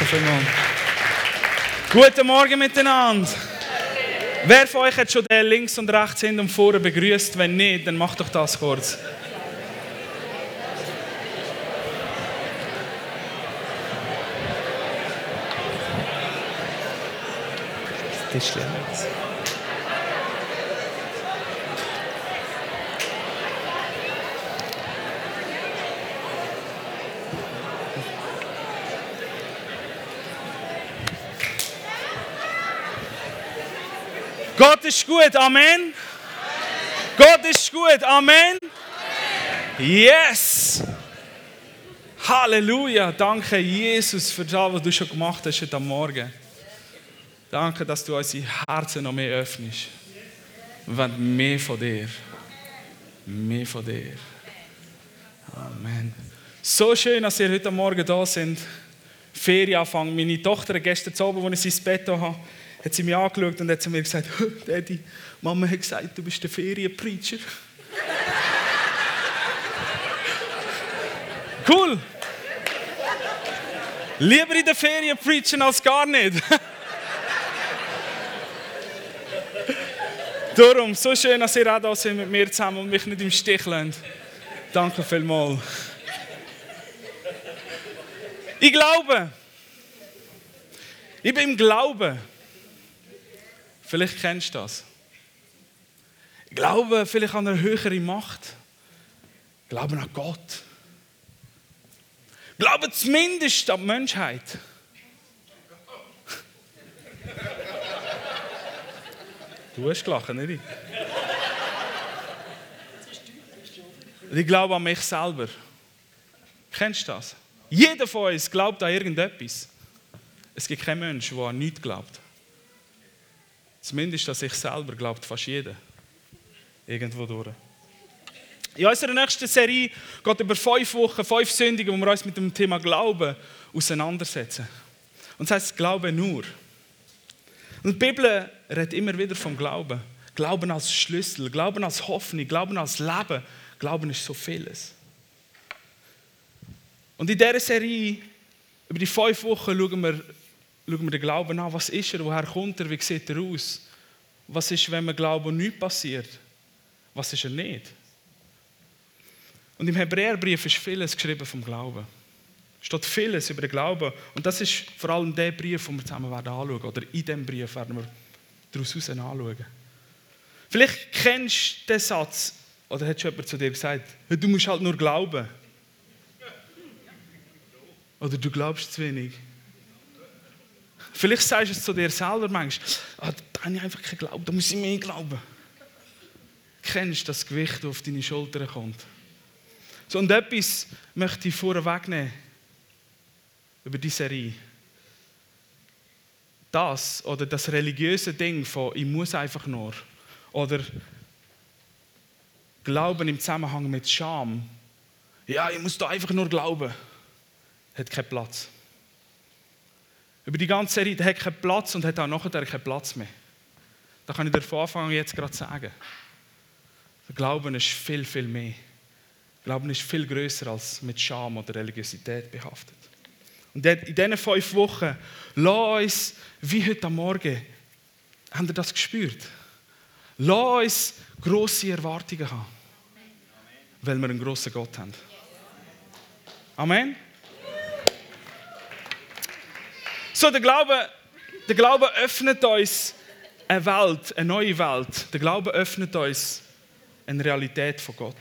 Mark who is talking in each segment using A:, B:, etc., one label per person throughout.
A: Danke vielmals. Guten Morgen miteinander. Wer von euch hat schon den links und rechts hinten und vorne begrüßt? Wenn nicht, dann macht doch das kurz. Das ist schlimm. Gott ist gut, Amen. Gott ist gut, Amen. Yes. Halleluja. Danke, Jesus, für das, was du schon gemacht hast heute Morgen. Danke, dass du unsere Herzen noch mehr öffnest. Wir wollen mehr von dir. Mehr von dir. Amen. So schön, dass ihr heute Morgen da sind. Ferienanfang. Meine Tochter gestern Abend, als ich sie ins Bett habe, hat sie mich angeschaut und hat zu mir gesagt, Daddy, Mama hat gesagt, du bist der Ferienpreacher. Cool. Lieber in der Ferien preachen als gar nicht. Darum, so schön, dass ihr auch da seid mit mir zusammen und mich nicht im Stich lasst. Danke vielmals. Ich glaube. Ich bin im Glauben. Vielleicht kennst du das. Ich glaube vielleicht an eine höhere Macht. Ich glaube an Gott. Ich glaube zumindest an die Menschheit. Du hast gelacht, nicht? Ich glaube an mich selber. Kennst du das? Jeder von uns glaubt an irgendetwas. Es gibt keinen Menschen, der an nichts glaubt. Zumindest an sich selber glaubt fast jeder. Irgendwo durch. In unserer nächsten Serie geht über 5 Wochen, 5 Sündigen, wo wir uns mit dem Thema Glauben auseinandersetzen. Und das heisst Glaube nur. Und die Bibel redet immer wieder vom Glauben. Glauben als Schlüssel, Glauben als Hoffnung, Glauben als Leben. Glauben ist so vieles. Und in dieser Serie, über die 5 Wochen, schauen wir den Glauben an. Was ist er? Woher kommt er? Wie sieht er aus? Was ist, wenn wir glauben und nichts passiert? Was ist er nicht? Und im Hebräerbrief ist vieles geschrieben vom Glauben. Es steht vieles über den Glauben. Und das ist vor allem der Brief, den wir zusammen anschauen werden. Oder in diesem Brief werden wir daraus anschauen. Vielleicht kennst du den Satz, oder hat schon jemand zu dir gesagt, du musst halt nur glauben. Oder du glaubst zu wenig. Vielleicht sagst du es zu dir selber manchmal, da habe ich einfach keinen Glauben, da muss ich mehr glauben. Kennst du das Gewicht, das auf deine Schultern kommt? So, und etwas möchte ich vorher wegnehmen über die Serie. Das oder das religiöse Ding von ich muss einfach nur oder Glauben im Zusammenhang mit Scham. Ja, ich muss da einfach nur glauben. Hat keinen Platz. Über die ganze Serie hat keinen Platz und hat auch nachher keinen Platz mehr. Da kann ich dir von Anfang an jetzt gerade sagen. Der Glauben ist viel, viel mehr. Glauben ist viel grösser als mit Scham oder Religiosität behaftet. Und in diesen 5 Wochen, lass uns, wie heute am Morgen, habt ihr das gespürt? Lass uns grosse Erwartungen haben. Weil wir einen grossen Gott haben. Amen? So, der Glaube öffnet uns eine Welt, eine neue Welt. Der Glaube öffnet uns eine Realität von Gott.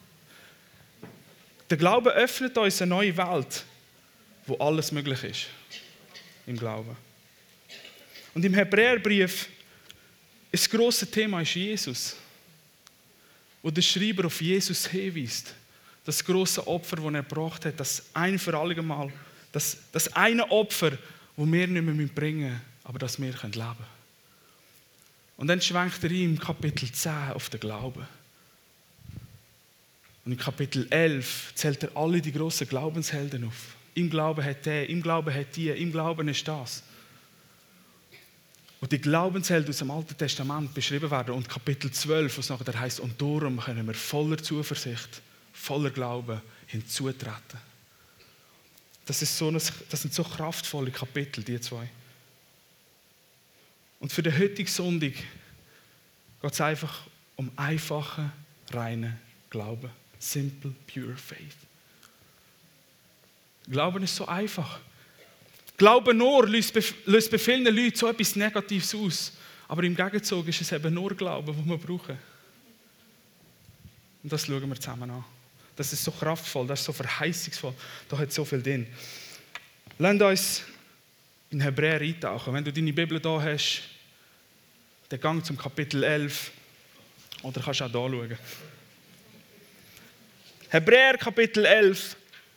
A: Der Glaube öffnet uns eine neue Welt, wo alles möglich ist. Im Glauben. Und im Hebräerbrief ist das grosse Thema ist Jesus. Wo der Schreiber auf Jesus hinweist. Das grosse Opfer, das er gebracht hat, das ein für alle Mal, das eine Opfer, das wir nicht mehr bringen müssen, aber dass wir leben können. Und dann schwenkt er im Kapitel 10 auf den Glauben. Und im Kapitel 11 zählt er alle die grossen Glaubenshelden auf. Im Glauben hat der, im Glauben hat die, im Glauben ist das. Und die Glaubenshelden aus dem Alten Testament beschrieben werden. Und Kapitel 12, was nachher heisst, und darum können wir voller Zuversicht, voller Glauben hinzutreten. Das sind so kraftvolle Kapitel, die zwei. Und für den heutigen Sonntag geht es einfach um einfachen, reinen Glauben. Simple, pure faith. Glauben ist so einfach. Glauben nur löst bei vielen Leuten so etwas Negatives aus. Aber im Gegenzug ist es eben nur Glauben, den wir brauchen. Und das schauen wir zusammen an. Das ist so kraftvoll, das ist so verheißungsvoll. Da hat so viel drin. Lasst uns in Hebräer eintauchen. Wenn du deine Bibel da hast, dann gang zum Kapitel 11. Oder kannst du auch hier schauen. Hebräer Kapitel 11,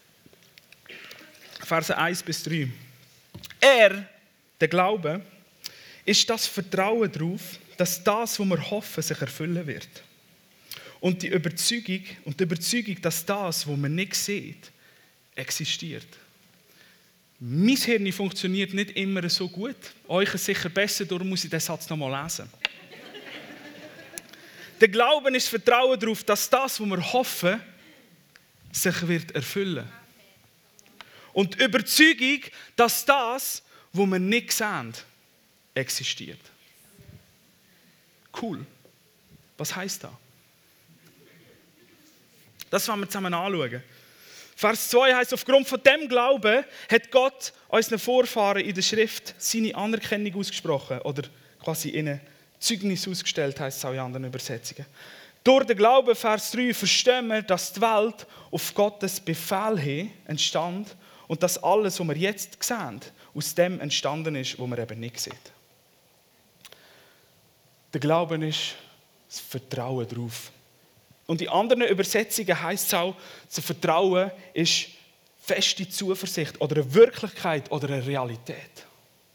A: Verse 1 bis 3. Der Glaube, ist das Vertrauen darauf, dass das, was wir hoffen, sich erfüllen wird. Und die Überzeugung, dass das, was man nicht sieht, existiert. Mein Hirn funktioniert nicht immer so gut. Euch ist sicher besser, darum muss ich den Satz noch mal lesen. Der Glauben ist Vertrauen darauf, dass das, was wir hoffen, sich wird erfüllen. Und die Überzeugung, dass das, was wir nicht sehen, existiert. Cool. Was heisst das? Das wollen wir zusammen anschauen. Vers 2 heisst, aufgrund von dem Glauben hat Gott unseren Vorfahren in der Schrift seine Anerkennung ausgesprochen. Oder quasi ihnen Zeugnis ausgestellt, heisst es auch in anderen Übersetzungen. Durch den Glauben, Vers 3, verstehen wir, dass die Welt auf Gottes Befehl hin entstand und dass alles, was wir jetzt sehen, aus dem entstanden ist, was man eben nicht sieht. Der Glauben ist das Vertrauen darauf. Und in anderen Übersetzungen heisst es auch, das Vertrauen ist feste Zuversicht oder eine Wirklichkeit oder eine Realität.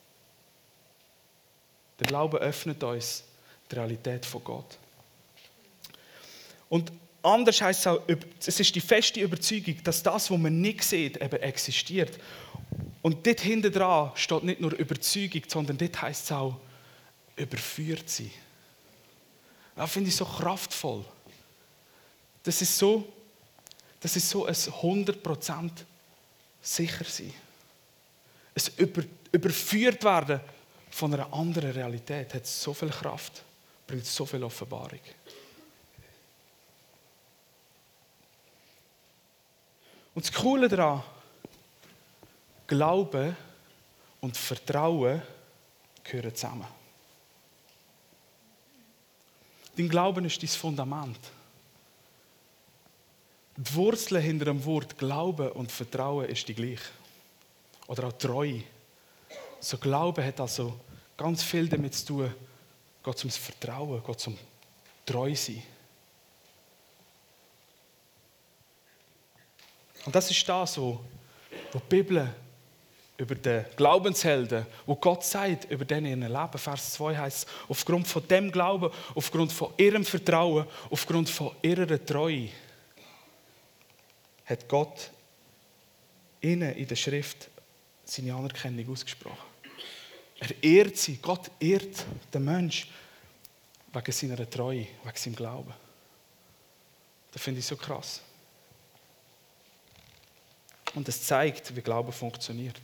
A: Der Glaube öffnet uns die Realität von Gott. Und anders heisst es auch, es ist die feste Überzeugung, dass das, was man nicht sieht, eben existiert. Und dort hinten dran steht nicht nur Überzeugung, sondern dort heisst es auch, überführt sein. Das finde ich so kraftvoll. Das ist so ein 100% sicher sein. Ein überführt werden von einer anderen Realität hat so viel Kraft, bringt so viel Offenbarung. Und das Coole daran, Glaube und Vertrauen gehören zusammen. Dein Glauben ist dein Fundament. Die Wurzel hinter dem Wort Glauben und Vertrauen ist die gleiche. Oder auch Treue. So Glauben hat also ganz viel damit zu tun, geht ums Vertrauen, geht um Treu sein. Und das ist das, was die Bibel über den Glaubenshelden, wo Gott sagt, über denen ihr Leben. Vers 2 heisst, aufgrund von dem Glauben, aufgrund von ihrem Vertrauen, aufgrund von ihrer Treue, hat Gott ihnen in der Schrift seine Anerkennung ausgesprochen. Er ehrt sie. Gott ehrt den Menschen wegen seiner Treue, wegen seinem Glauben. Das finde ich so krass. Und es zeigt, wie Glauben funktioniert.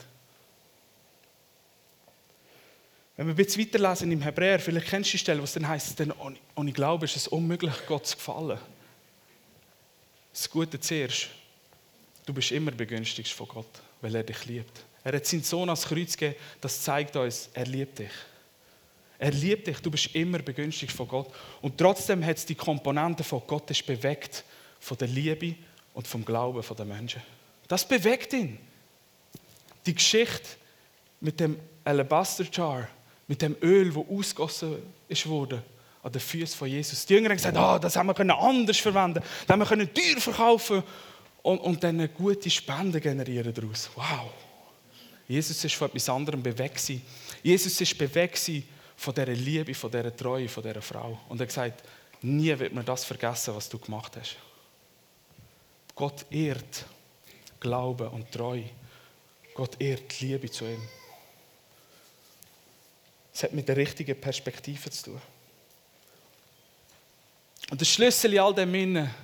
A: Wenn wir ein bisschen weiterlesen im Hebräer, vielleicht kennst du die Stelle, was dann heisst, denn ohne Glauben ist es unmöglich, Gott zu gefallen. Das Gute zuerst. Du bist immer begünstigt von Gott, weil er dich liebt. Er hat seinen Sohn ans Kreuz gegeben, das zeigt uns, er liebt dich. Er liebt dich, du bist immer begünstigt von Gott. Und trotzdem hat es die Komponente von Gott ist bewegt von der Liebe und vom Glauben der Menschen. Das bewegt ihn. Die Geschichte mit dem Alabaster Jar, mit dem Öl, das ausgegossen wurde an den Füßen von Jesus. Die Jünger haben gesagt, das haben wir anders verwenden können. Das haben wir teuer verkaufen und dann eine gute Spende generieren daraus. Wow. Jesus war von etwas anderem bewegt. Jesus war bewegt von dieser Liebe, von dieser Treue, von dieser Frau. Und er hat gesagt, nie wird man das vergessen, was du gemacht hast. Gott ehrt Glauben und Treue. Gott ehrt die Liebe zu ihm. Es hat mit der richtigen Perspektive zu tun. Und der Schlüssel in all dem Innen, ist Beziehung.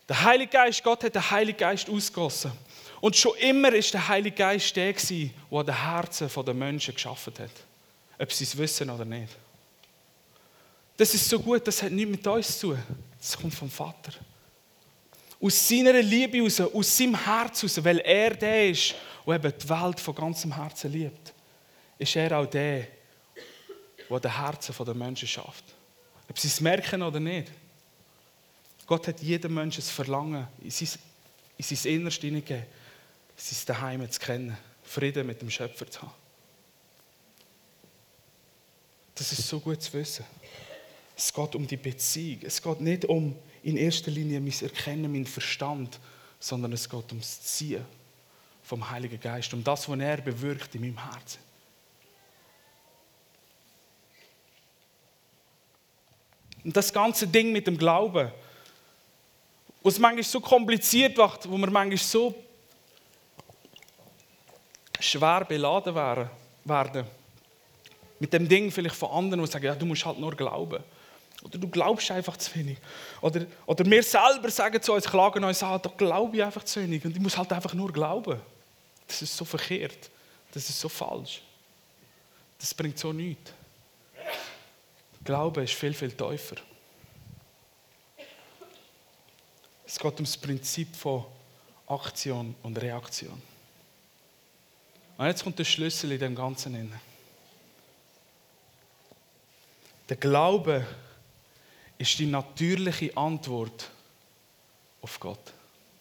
A: Der Heilige Geist, Gott hat den Heiligen Geist ausgegossen. Und schon immer war der Heilige Geist der, der die Herzen der Menschen geschaffen hat. Ob sie es wissen oder nicht. Das ist so gut, das hat nichts mit uns zu tun. Das kommt vom Vater. Aus seiner Liebe heraus, aus seinem Herz heraus, weil er der ist, der eben die Welt von ganzem Herzen liebt, ist er auch der die Herzen der Menschen schafft. Ob sie es merken oder nicht. Gott hat jedem Menschen das Verlangen in sein Innerste hineingegeben, sein Daheim zu kennen, Frieden mit dem Schöpfer zu haben. Das ist so gut zu wissen. Es geht um die Beziehung. Es geht nicht um in erster Linie mein Erkennen, mein Verstand, sondern es geht um das Ziehen vom Heiligen Geist, um das, was er bewirkt in meinem Herzen. Und das ganze Ding mit dem Glauben, was es manchmal so kompliziert macht, wo wir manchmal so schwer beladen werden. Mit dem Ding vielleicht von anderen, die sagen, ja, du musst halt nur glauben. Oder du glaubst einfach zu wenig. Oder wir selber sagen zu uns, klagen uns an, da glaube ich einfach zu wenig. Und ich muss halt einfach nur glauben. Das ist so verkehrt. Das ist so falsch. Das bringt so nichts. Glaube ist viel, viel tiefer. Es geht um das Prinzip von Aktion und Reaktion. Und jetzt kommt der Schlüssel in dem Ganzen hin. Der Glaube ist die natürliche Antwort auf Gott.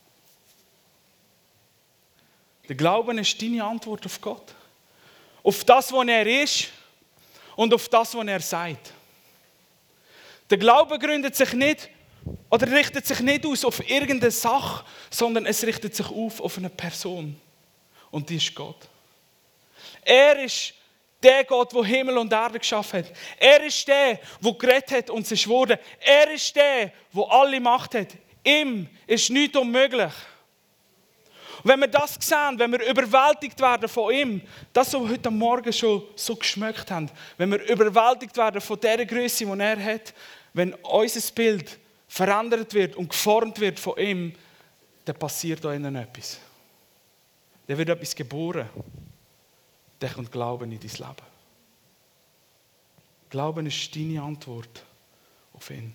A: Der Glaube ist deine Antwort auf Gott. Auf das, was er ist und auf das, was er sagt. Der Glaube gründet sich nicht oder richtet sich nicht aus auf irgendeine Sache, sondern es richtet sich auf eine Person. Und die ist Gott. Er ist der Gott, der Himmel und Erde geschaffen hat. Er ist der, der geredet hat und es ist geworden. Er ist der, der alle Macht hat. Ihm ist nichts unmöglich. Und wenn wir das sehen, wenn wir überwältigt werden von ihm, das, was wir heute Morgen schon so geschmeckt haben, wenn wir überwältigt werden von der Größe, die er hat, wenn unser Bild verändert wird und geformt wird von ihm, dann passiert da innen etwas. Dann wird etwas geboren. Dann kommt Glauben in dein Leben. Glauben ist deine Antwort auf ihn.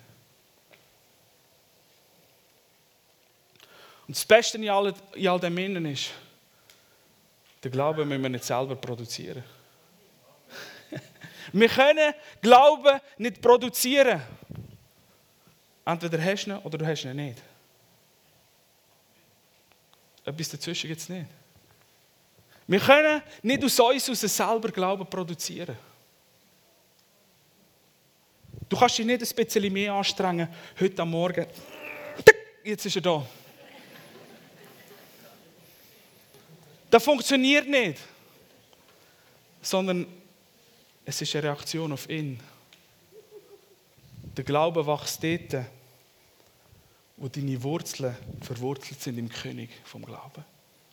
A: Und das Beste in all dem Innen ist, den Glauben müssen wir nicht selber produzieren. Wir können Glauben nicht produzieren. Entweder hast du ihn oder du hast ihn nicht. Etwas dazwischen gibt es nicht. Wir können nicht aus uns selber Glauben produzieren. Du kannst dich nicht ein bisschen mehr anstrengen, heute am Morgen. Jetzt ist er da. Das funktioniert nicht. Sondern es ist eine Reaktion auf ihn. Der Glaube wächst dort, wo deine Wurzeln verwurzelt sind im König vom Glauben.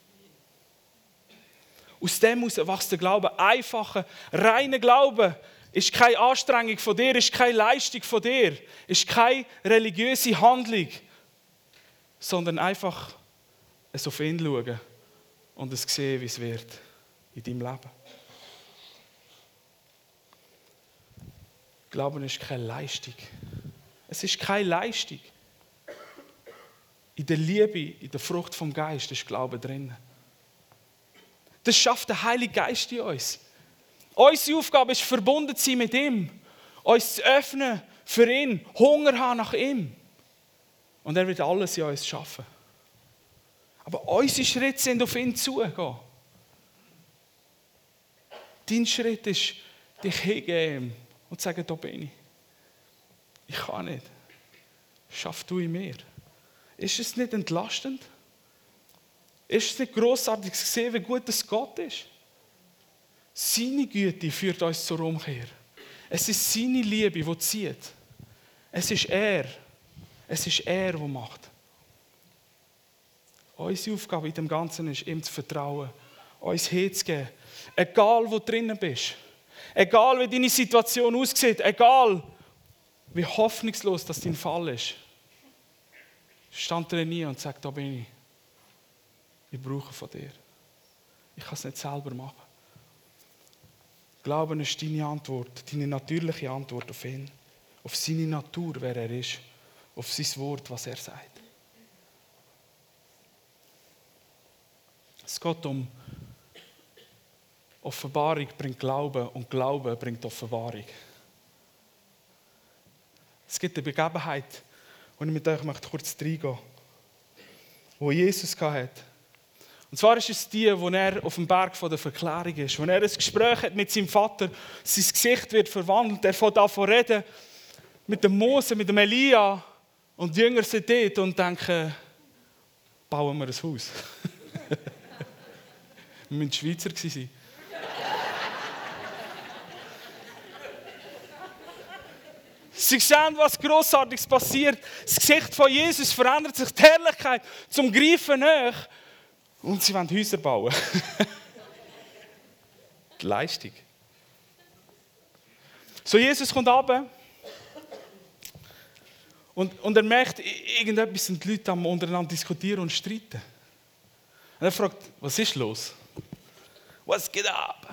A: Aus dem heraus wächst der Glaube. Einfacher, reiner Glaube ist keine Anstrengung von dir, ist keine Leistung von dir, ist keine religiöse Handlung, sondern einfach es auf ihn schauen und es sehen, wie es wird in deinem Leben. Glauben ist keine Leistung. Es ist keine Leistung. In der Liebe, in der Frucht vom Geist ist Glaube drin. Das schafft der Heilige Geist in uns. Unsere Aufgabe ist, verbunden zu sein mit ihm. Uns zu öffnen für ihn. Hunger haben nach ihm. Und er wird alles in uns schaffen. Aber unsere Schritte sind auf ihn zugehen. Dein Schritt ist, dich hingeben und sagen, da bin ich. Ich kann nicht. Schaff du in mir. Ist es nicht entlastend? Ist es nicht grossartig zu sehen, wie gut es Gott ist? Seine Güte führt uns zur Umkehr. Es ist seine Liebe, die zieht. Es ist er. Es ist er, der macht. Unsere Aufgabe in dem Ganzen ist, ihm zu vertrauen, uns hinzugeben. Egal, wo du drinnen bist. Egal, wie deine Situation aussieht. Egal, wie hoffnungslos das dein Fall ist. stand er nie und sagt, da bin ich. Ich brauche von dir. Ich kann es nicht selber machen. Glauben ist deine Antwort, deine natürliche Antwort auf ihn. Auf seine Natur, wer er ist. Auf sein Wort, was er sagt. Es geht um Offenbarung bringt Glauben und Glauben bringt Offenbarung. Es gibt eine Begebenheit, wo ich mit euch kurz reingehen möchte, wo Jesus hatte. Und zwar ist es die, wo er auf dem Berg der Verklärung ist, wo er ein Gespräch hat mit seinem Vater, sein Gesicht wird verwandelt, er fängt an zu reden mit dem Mose, mit dem Elia und die Jünger sind dort und denken, bauen wir ein Haus. Wir müssen Schweizer sein. Sie sehen, was Grossartiges passiert. Das Gesicht von Jesus verändert sich, die Herrlichkeit zum Greifen nach. Und sie wollen Häuser bauen. Die Leistung. So, Jesus kommt runter. Und er merkt, irgendetwas sind die Leute untereinander diskutieren und streiten. Und er fragt, was ist los? Was geht ab?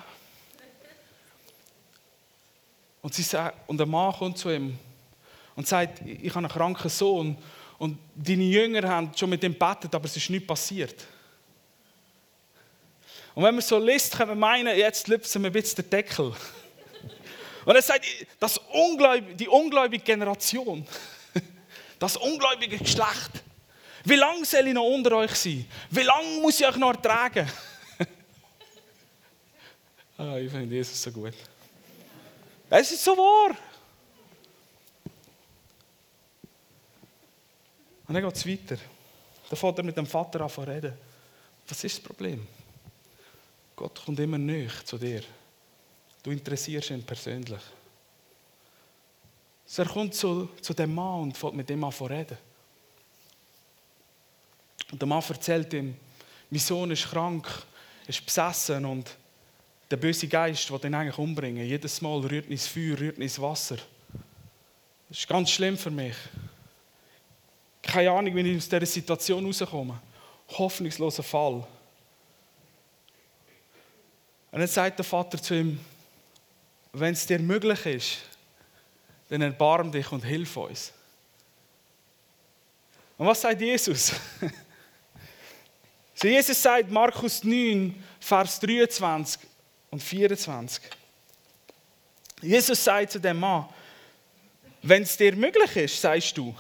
A: Und der Mann kommt zu ihm und sagt, ich habe einen kranken Sohn und deine Jünger haben schon mit ihm gebetet, aber es ist nichts passiert. Und wenn man so liest, kann man meinen, jetzt lüpfen wir ein bisschen den Deckel. Und er sagt, die ungläubige Generation, das ungläubige Geschlecht, wie lange soll ich noch unter euch sein? Wie lange muss ich euch noch ertragen? Ich finde Jesus so gut. Es ist so wahr. Und dann geht es weiter. Dann fängt er mit dem Vater an zu reden. Was ist das Problem? Gott kommt immer näher zu dir. Du interessierst ihn persönlich. So, er kommt zu dem Mann und fängt mit dem an zu reden. Und der Mann erzählt ihm, mein Sohn ist krank, ist besessen und der böse Geist will ihn eigentlich umbringen. Jedes Mal rührt ihn ins Feuer, rührt ihn ins Wasser. Das ist ganz schlimm für mich. Keine Ahnung, wie ich aus dieser Situation rauskomme. Hoffnungsloser Fall. Und dann sagt der Vater zu ihm, wenn es dir möglich ist, dann erbarm dich und hilf uns. Und was sagt Jesus? So, Jesus sagt, Markus 9, Vers 23 und 24. Jesus sagt zu dem Mann, wenn es dir möglich ist, sagst du.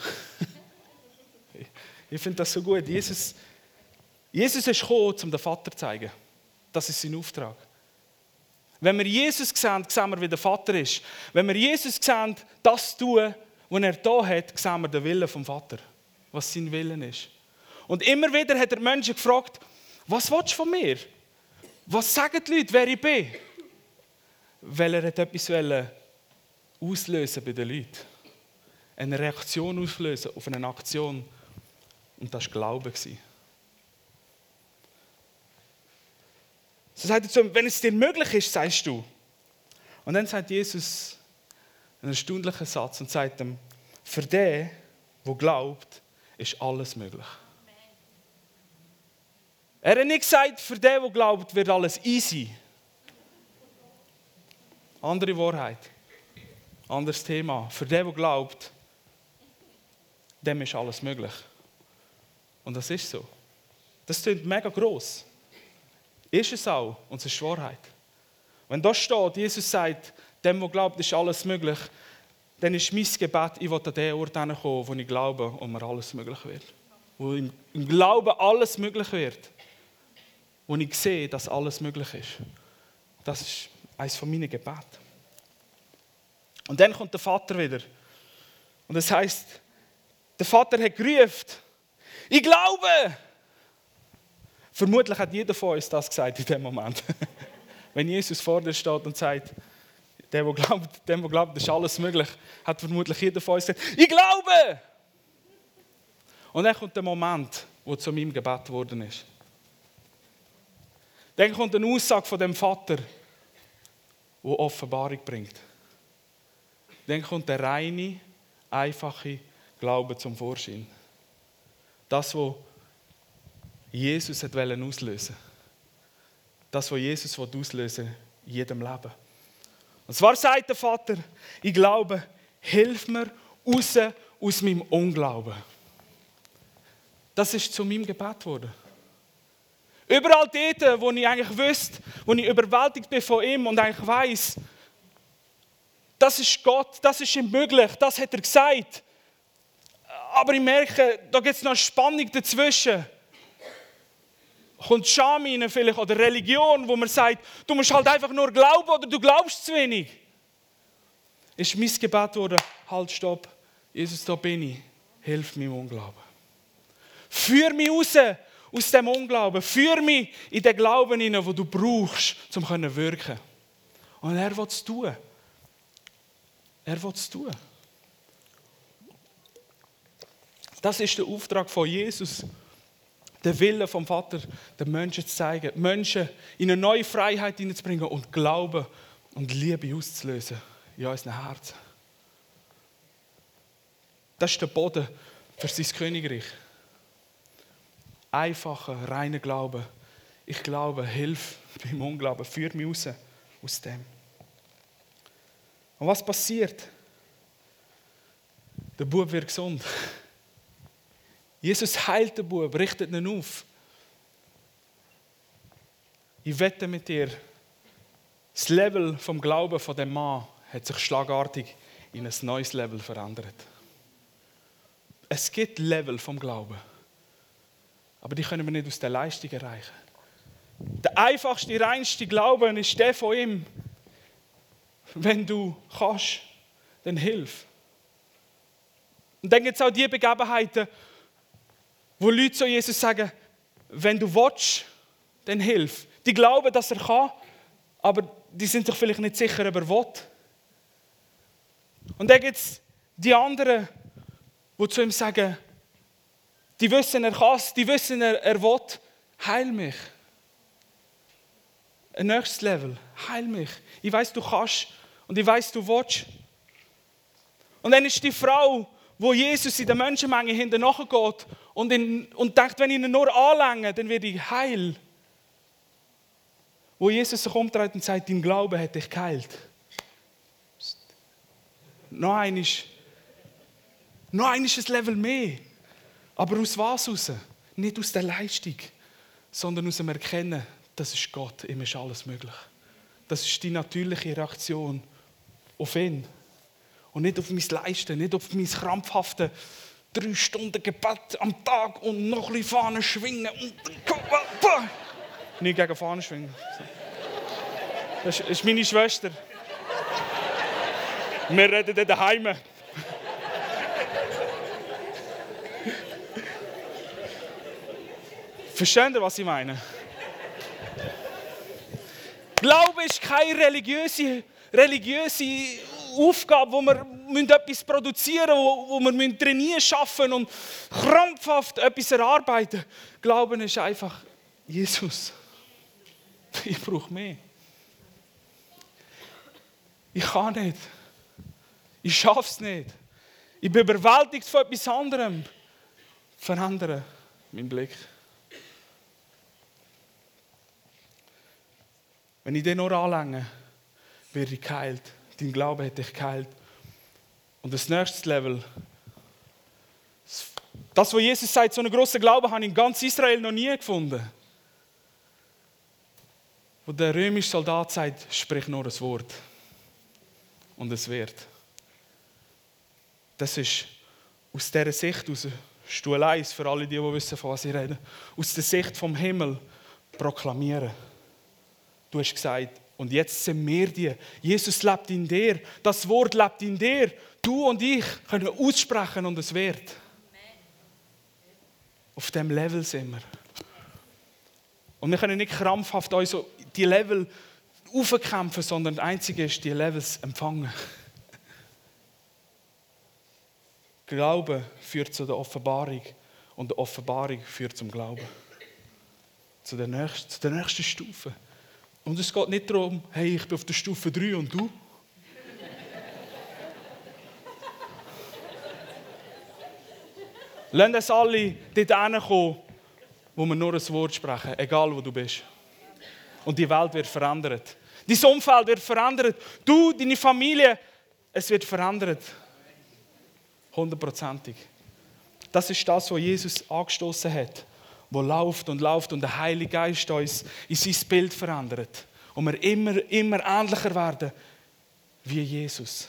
A: Ich finde das so gut. Jesus ist gekommen, um den Vater zu zeigen. Das ist sein Auftrag. Wenn wir Jesus sehen, sehen wir, wie der Vater ist. Wenn wir Jesus sehen, das tun, was er da hat, sehen wir den Willen vom Vater. Was sein Willen ist. Und immer wieder hat er Menschen gefragt, was willst du von mir? Was sagen die Leute, wer ich bin? Weil er hat etwas auslösen bei den Leuten. Eine Reaktion auslösen auf eine Aktion. Und das war Glaube. So sagt er zu ihm, wenn es dir möglich ist, sagst du. Und dann sagt Jesus einen erstaunlichen Satz und sagt ihm, für den, der glaubt, ist alles möglich. Er hat nicht gesagt, für den, der glaubt, wird alles easy. Andere Wahrheit. Anderes Thema. Für den, der glaubt, dem ist alles möglich. Und das ist so. Das klingt mega gross. Ist es auch, und es ist Wahrheit. Wenn da steht, Jesus sagt, dem, der glaubt, ist alles möglich, dann ist mein Gebet, ich will an den Ort kommen, wo ich glaube, und mir alles möglich wird. Wo im Glauben alles möglich wird. Wo ich sehe, dass alles möglich ist. Das ist eines von meinen Gebeten. Und dann kommt der Vater wieder. Und das heisst, der Vater hat gerufen, ich glaube! Vermutlich hat jeder von uns das gesagt in dem Moment. Wenn Jesus vor dir steht und sagt, dem, der glaubt, ist alles möglich, hat vermutlich jeder von uns gesagt, ich glaube! Und dann kommt der Moment, wo zu meinem Gebet geworden ist. Dann kommt eine Aussage von dem Vater, die Offenbarung bringt. Dann kommt der reine, einfache Glaube zum Vorschein. Das, was Jesus auslösen wollte. Das, was Jesus auslösen in jedem Leben. Und zwar sagt der Vater, ich glaube, hilf mir raus aus meinem Unglauben. Das ist zu meinem Gebet geworden. Überall dort, wo ich eigentlich wüsste, wo ich überwältigt bin von ihm und eigentlich weiss, das ist Gott, das ist ihm möglich, das hat er gesagt. Aber ich merke, da gibt es noch eine Spannung dazwischen. Kommt Scham rein vielleicht oder Religion, wo man sagt, du musst halt einfach nur glauben oder du glaubst zu wenig. Ist mein Gebet geworden, halt, stopp, Jesus, da bin ich, hilf mir im Unglauben. Führ mich raus aus dem Unglauben, führ mich in den Glauben hinein, den du brauchst, um zu wirken. Und er will es tun. Er will es tun. Das ist der Auftrag von Jesus, den Willen vom Vater, den Menschen zu zeigen, Menschen in eine neue Freiheit hineinzubringen und Glauben und Liebe auszulösen in unseren Herzen. Das ist der Boden für sein Königreich. Einfacher, reiner Glaube. Ich glaube, hilf beim Unglauben, führ mich raus aus dem. Und was passiert? Der Bub wird gesund. Jesus heilt den Bub, richtet ihn auf. Ich wette mit dir, das Level vom Glauben von dem Mann hat sich schlagartig in ein neues Level verändert. Es gibt Level vom Glauben, aber die können wir nicht aus der Leistung erreichen. Der einfachste, reinste Glauben ist der von ihm. Wenn du kannst, dann hilf. Und dann gibt es auch die Begebenheiten, wo Leute zu Jesus sagen, wenn du willst, dann hilf. Die glauben, dass er kann, aber die sind sich vielleicht nicht sicher, ob er will. Und dann gibt es die anderen, die zu ihm sagen, die wissen, er kann es, die wissen, er will, heil mich. Ein nächstes Level, heil mich. Ich weiss, du kannst und ich weiss, du willst. Und dann ist die Frau, wo Jesus in der Menschenmenge hinten nachgeht und denkt, wenn ich ihn nur anlänge, dann werde ich heil. Wo Jesus sich umdreht und sagt, dein Glaube hat dich geheilt. Noch ein Level mehr. Aber aus was raus? Nicht aus der Leistung, sondern aus dem Erkennen, das ist Gott, ihm ist alles möglich. Das ist die natürliche Reaktion auf ihn. Und nicht auf mein Leisten, nicht auf mein krampfhafte 3 Stunden Gebet am Tag und noch ein bisschen Fahnen schwingen. Nicht gegen Fahnen schwingen. Das ist meine Schwester. Wir reden dort daheim. Versteht ihr, was ich meine? Glaube ist keine religiöse Aufgabe, wo wir etwas produzieren müssen, wo wir trainieren, schaffen und krampfhaft etwas erarbeiten. Glauben ist einfach Jesus. Ich brauche mehr. Ich kann nicht. Ich schaffe es nicht. Ich bin überwältigt von etwas anderem. Verändere meinen Blick. Wenn ich den nur anlänge, werde ich geheilt. Dein Glaube hat dich geheilt. Und das nächste Level, das, was Jesus sagt, so einen grossen Glauben habe ich in ganz Israel noch nie gefunden. Wo der römische Soldat sagt, sprich nur ein Wort. Und es wird. Das ist aus dieser Sicht, aus Stuhl 1, für alle, die wissen, von was ich rede, aus der Sicht vom Himmel proklamieren. Du hast gesagt, und jetzt sind wir die. Jesus lebt in dir. Das Wort lebt in dir. Du und ich können aussprechen und es wird. Auf diesem Level sind wir. Und wir können nicht krampfhaft uns so die Level aufkämpfen, sondern das Einzige ist, die Levels empfangen. Glaube führt zu der Offenbarung und die Offenbarung führt zum Glauben. Zu der nächsten Stufe. Und es geht nicht darum, hey, ich bin auf der Stufe 3 und du? Lasst uns alle dort hinkommen, wo wir nur ein Wort sprechen, egal wo du bist. Und die Welt wird verändert. Dein Umfeld wird verändert. Du, deine Familie, es wird verändert. 100%. Das ist das, was Jesus angestoßen hat. Wo läuft und läuft und der Heilige Geist uns in sein Bild verändert. Und wir immer ähnlicher werden wie Jesus.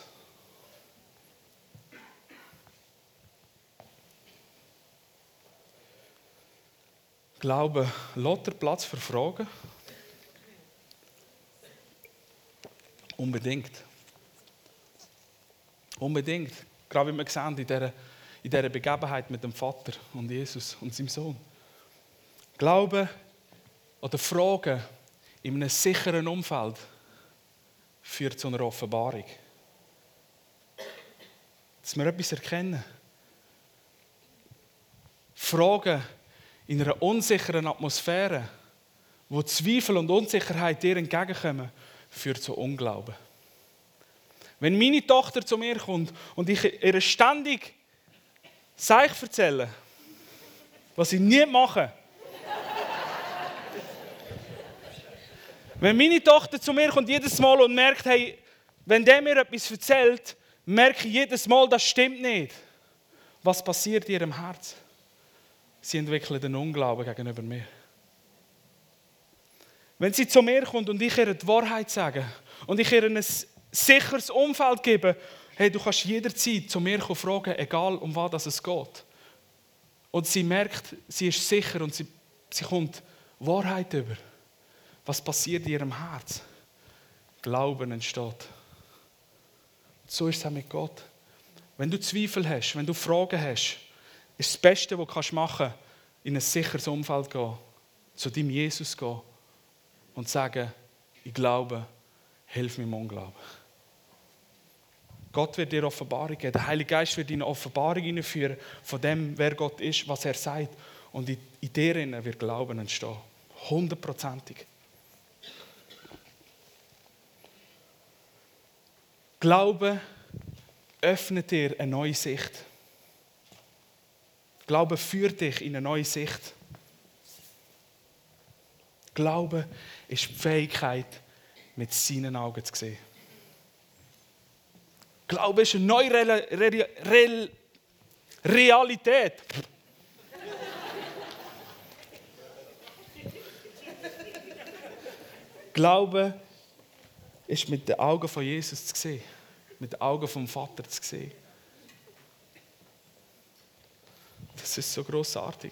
A: Glaube, lässt der Platz für Fragen? Unbedingt. Unbedingt. Gerade wie wir sehen in dieser Begebenheit mit dem Vater und Jesus und seinem Sohn. Glaube oder Fragen in einem sicheren Umfeld führt zu einer Offenbarung. Dass wir etwas erkennen. Fragen in einer unsicheren Atmosphäre, wo Zweifel und Unsicherheit dir entgegenkommen, führt zu Unglauben. Wenn meine Tochter zu mir kommt und ich ihr ständig erzähle, was ich nie mache. Wenn meine Tochter zu mir kommt jedes Mal und merkt, hey, wenn der mir etwas erzählt, merke ich jedes Mal, das stimmt nicht. Was passiert in ihrem Herz? Sie entwickelt einen Unglauben gegenüber mir. Wenn sie zu mir kommt und ich ihr die Wahrheit sage und ich ihr ein sicheres Umfeld gebe, hey, du kannst jederzeit zu mir fragen, egal um was es geht. Und sie merkt, sie ist sicher und sie kommt Wahrheit über. Was passiert in ihrem Herz? Glauben entsteht. So ist es auch mit Gott. Wenn du Zweifel hast, wenn du Fragen hast, ist das Beste, was du machen kannst, in ein sicheres Umfeld gehen, zu deinem Jesus gehen und sagen, ich glaube, hilf mir im Unglauben. Gott wird dir Offenbarung geben. Der Heilige Geist wird dir eine Offenbarung hineinführen von dem, wer Gott ist, was er sagt. Und in dir wird Glauben entstehen. 100%. Glaube öffnet dir eine neue Sicht. Glaube führt dich in eine neue Sicht. Glaube ist die Fähigkeit, mit seinen Augen zu sehen. Glaube ist eine neue Realität. Glaube ist mit den Augen von Jesus zu sehen. Mit den Augen vom Vater zu sehen. Das ist so grossartig.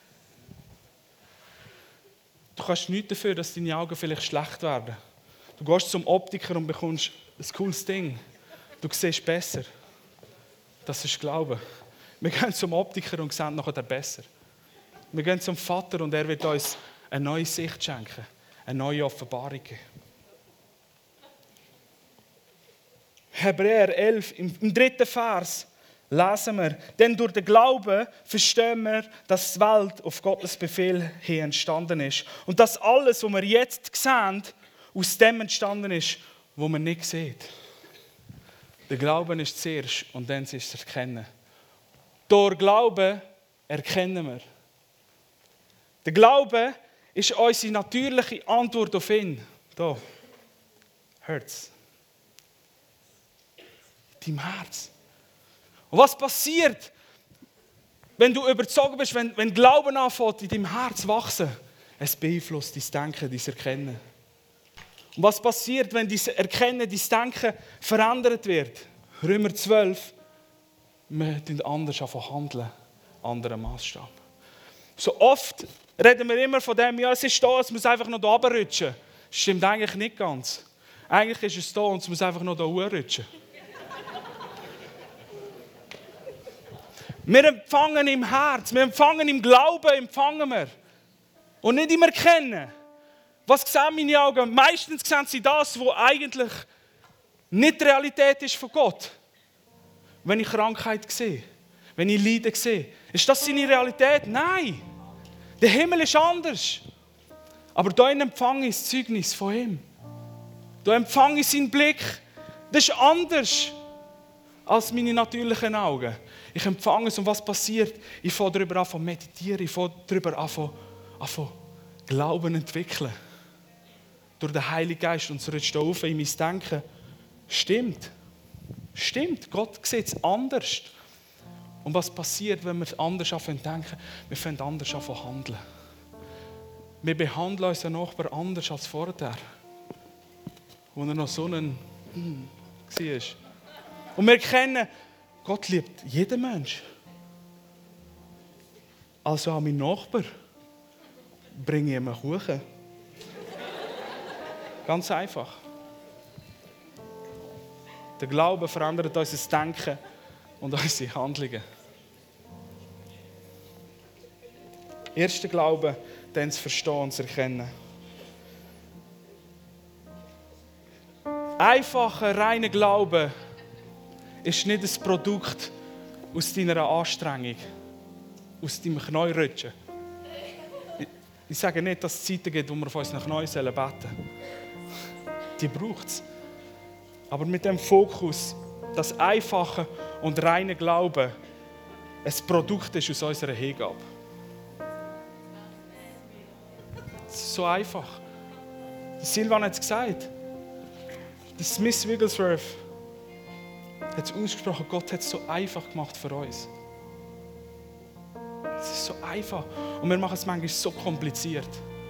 A: Du kannst nichts dafür, dass deine Augen vielleicht schlecht werden. Du gehst zum Optiker und bekommst ein cooles Ding. Du siehst besser. Das ist Glaube. Wir gehen zum Optiker und sehen nachher besser. Wir gehen zum Vater und er wird uns eine neue Sicht schenken. Eine neue Offenbarung geben. Hebräer 11, im 3. Vers, lesen wir, denn durch den Glauben verstehen wir, dass die Welt auf Gottes Befehl hin entstanden ist. Und dass alles, was wir jetzt sehen, aus dem entstanden ist, was man nicht sieht. Der Glauben ist zuerst und dann ist es Erkennen. Durch Glauben erkennen wir. Der Glaube ist unsere natürliche Antwort auf ihn. Da. Hurts. Dein Herz. Und was passiert, wenn du überzeugt bist, wenn Glauben anfängt, in deinem Herz wachsen? Es beeinflusst dein Denken, dein Erkennen. Und was passiert, wenn dein Erkennen, dein Denken verändert wird? Römer 12, wir handeln anders handeln, anderen Maßstab. So oft reden wir immer von dem, ja, es ist da, es muss einfach noch da runterrutschen. Stimmt eigentlich nicht ganz. Eigentlich ist es da und es muss einfach noch da rutschen. Wir empfangen im Herz, wir empfangen im Glauben, empfangen wir. Und nicht im Erkennen. Was sehen meine Augen? Meistens sehen sie das, was eigentlich nicht die Realität ist von Gott. Wenn ich Krankheit sehe, wenn ich Leiden sehe. Ist das seine Realität? Nein. Der Himmel ist anders. Aber da empfange ich das Zeugnis von ihm. Da empfange ich seinen Blick. Das ist anders als meine natürlichen Augen. Ich empfange es und was passiert? Ich fange darüber an zu meditieren, ich fange darüber an zu Glauben entwickeln. Durch den Heiligen Geist und so rutscht auf in mein Denken. Stimmt. Gott sieht es anders. Und was passiert, wenn wir es anders denken? Wir fangen anders an zu handeln. Wir behandeln unseren Nachbarn anders als vorher. Wo er noch so ein war. Und wir erkennen, Gott liebt jeden Mensch. Also an meinen Nachbarn bringe ich ihm einen Kuchen. Ganz einfach. Der Glaube verändert unser Denken und unsere Handlungen. Erster Glaube, dann zu verstehen und zu erkennen. Einfacher, reiner Glaube ist nicht ein Produkt aus deiner Anstrengung, aus deinem Knäurutschen. Ich sage nicht, dass es Zeiten gibt, wo wir auf unseren Knien beten sollen. Die braucht es. Aber mit dem Fokus, dass einfache und reine Glaube ein Produkt ist aus unserer Hingabe. Es ist so einfach. Silvan hat es gesagt. Der Smith Wigglesworth hat es ausgesprochen, Gott hat es so einfach gemacht für uns. Es ist so einfach. Und wir machen es manchmal so kompliziert.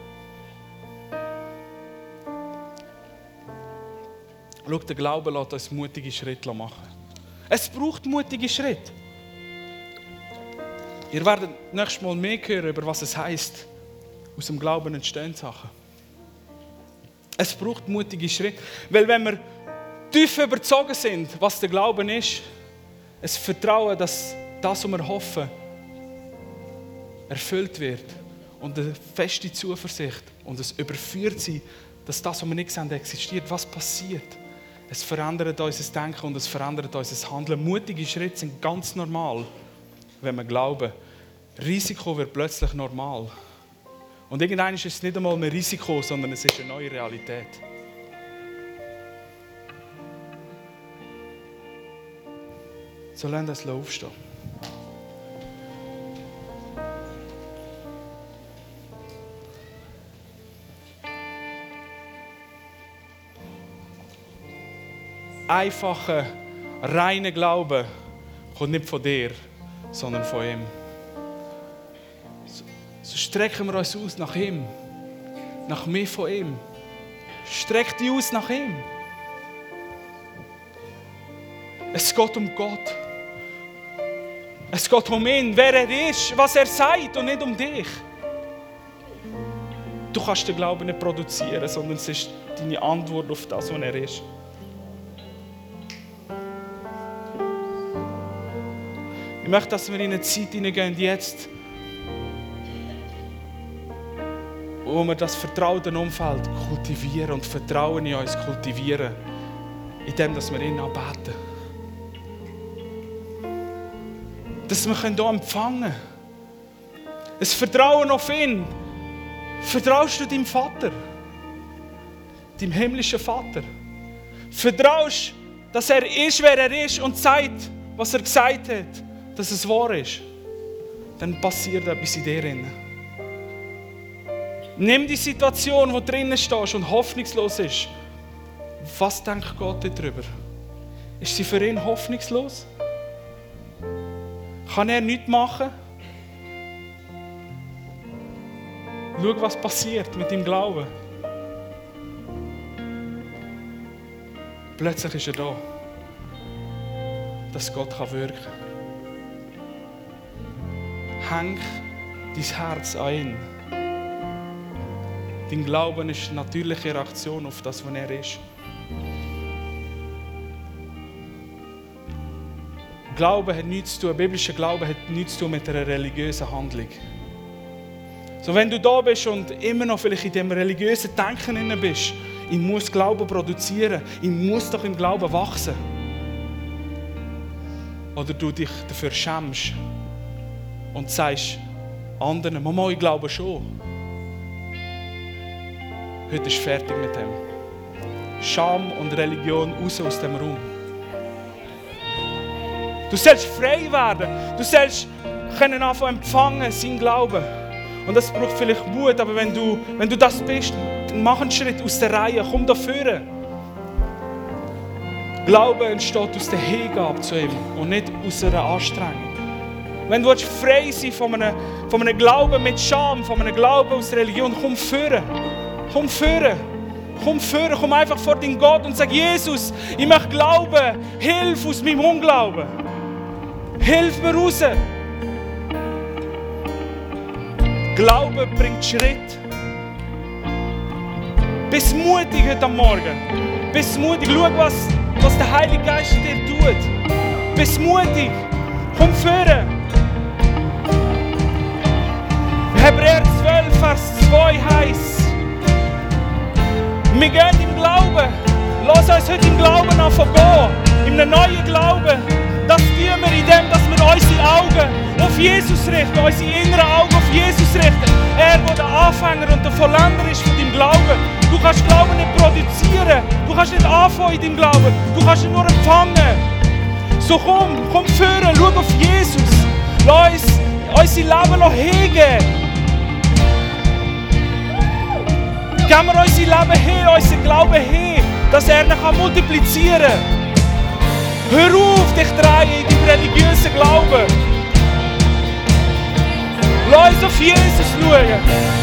A: Schau, der Glaube lässt uns mutige Schritte machen. Es braucht mutige Schritte. Ihr werdet nächstes Mal mehr hören, über was es heisst, aus dem Glauben entstehen Sachen. Es braucht mutige Schritte. Weil wenn wir tief überzeugt sind, was der Glauben ist, es Vertrauen, dass das, was wir hoffen, erfüllt wird. Und eine feste Zuversicht und es überführt sie, dass das, was wir nicht sehen, existiert. Was passiert? Es verändert unser Denken und es verändert unser Handeln. Mutige Schritte sind ganz normal, wenn wir glauben. Risiko wird plötzlich normal. Und irgendwann ist es nicht einmal mehr Risiko, sondern es ist eine neue Realität. So lassen wir es aufstehen. Einfacher, reiner Glaube kommt nicht von dir, sondern von ihm. So strecken wir uns aus nach ihm, nach mehr von ihm. Streck dich aus nach ihm. Es geht um Gott. Es geht um ihn, wer er ist, was er sagt und nicht um dich. Du kannst den Glauben nicht produzieren, sondern es ist deine Antwort auf das, was er ist. Ich möchte, dass wir in eine Zeit hineingehen, jetzt, wo wir das vertraute Umfeld kultivieren und Vertrauen in uns kultivieren, indem wir ihn anbeten. Dass wir hier empfangen können. Ein Vertrauen auf ihn. Vertraust du deinem Vater? Deinem himmlischen Vater? Vertraust, dass er ist, wer er ist und sagt, was er gesagt hat, dass es wahr ist? Dann passiert etwas in dir. Nimm die Situation, wo du drinnen stehst und hoffnungslos ist. Was denkt Gott darüber? Ist sie für ihn hoffnungslos? Kann er nichts machen? Schau, was passiert mit deinem Glauben. Plötzlich ist er da, dass Gott wirken kann. Häng dein Herz an ihn. Dein Glauben ist eine natürliche Reaktion auf das, was er ist. Glauben hat nichts zu tun, biblischer Glaube hat nichts zu tun mit einer religiösen Handlung. So, wenn du da bist und immer noch vielleicht in dem religiösen Denken drin bist, ich muss Glauben produzieren, ich muss doch im Glauben wachsen. Oder du dich dafür schämst und sagst anderen, Mama, ich glaube schon. Heute ist fertig mit dem. Scham und Religion raus aus dem Raum. Du sollst frei werden. Du sollst können anfangen empfangen, sein Glauben. Und das braucht vielleicht Mut, aber wenn du das bist, dann mach einen Schritt aus der Reihe, komm da vorne. Glaube entsteht aus der Hingabe zu ihm und nicht aus einer Anstrengung. Wenn du frei sein von einem Glauben mit Scham, von einem Glauben aus Religion, komm vorne. Komm vorne. Komm vorne, komm einfach vor den Gott und sag, Jesus, ich möchte glauben, hilf aus meinem Unglauben. Hilf mir raus. Glaube bringt Schritt. Bist mutig heute Morgen. Bist mutig. Schau, was der Heilige Geist dir tut. Bist mutig. Komm vorne. Hebräer 12, Vers 2 heisst, wir gehen im Glauben. Lass uns heute im Glauben anfangen. In einem neuen Glauben. Das tun wir, indem wir unsere Augen auf Jesus richten. Unsere inneren Augen auf Jesus richten. Er, der der Anfänger und der Vollender ist von deinem Glauben. Du kannst Glauben nicht produzieren. Du kannst nicht anfangen in deinem Glauben. Du kannst ihn nur empfangen. So komm vorne, schau auf Jesus. Lass uns unser Leben hingeben. Geben wir unser Leben hin, unseren Glauben hin, dass er ihn multiplizieren kann. Hör auf, dich drehen in deinem religiösen Glauben. Lass uns auf Jesus schauen.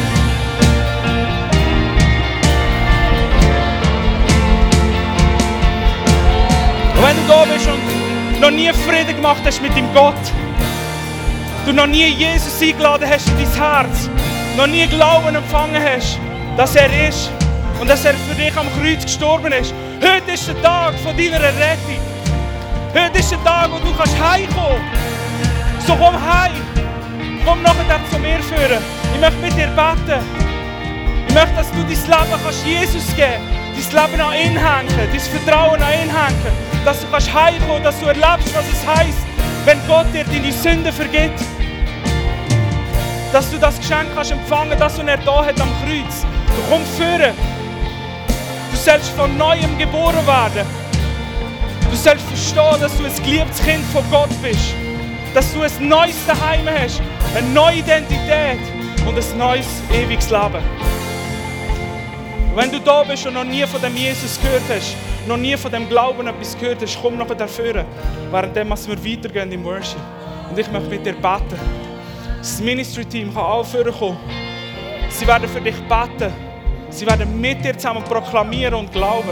A: Und wenn du da bist und noch nie Frieden gemacht hast mit deinem Gott, du noch nie Jesus eingeladen hast in dein Herz, noch nie Glauben empfangen hast, dass er ist und dass er für dich am Kreuz gestorben ist. Heute ist der Tag von deiner Rettung. Heute ist der Tag, wo du heimkommen kannst. So komm heim. Komm nachher zu mir führen. Ich möchte mit dir beten. Ich möchte, dass du dein Leben Jesus geben kannst. Dein Leben an ihn hängen. Dein Vertrauen an ihn hängen. Dass du heimkommen kannst, dass du erlebst, was es heisst, wenn Gott dir deine Sünden vergibt. Dass du das Geschenk kannst empfangen, das er da hat am Kreuz. Du kommst führen. Du sollst von Neuem geboren werden. Du sollst verstehen, dass du ein geliebtes Kind von Gott bist. Dass du ein neues Daheim hast, eine neue Identität und ein neues, ewiges Leben. Und wenn du da bist und noch nie von dem Jesus gehört hast, noch nie von dem Glauben etwas gehört hast, komm noch dafür, während wir weitergehen im Worship. Und ich möchte mit dir beten. Das Ministry-Team kann auch vorkommen. Sie werden für dich beten. Sie werden mit dir zusammen proklamieren und glauben.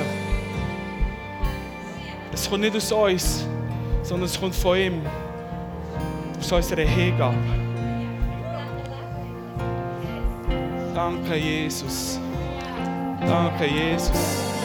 A: Es kommt nicht aus uns, sondern es kommt von ihm. Aus unserer Hingabe. Danke, Jesus. Danke, Jesus.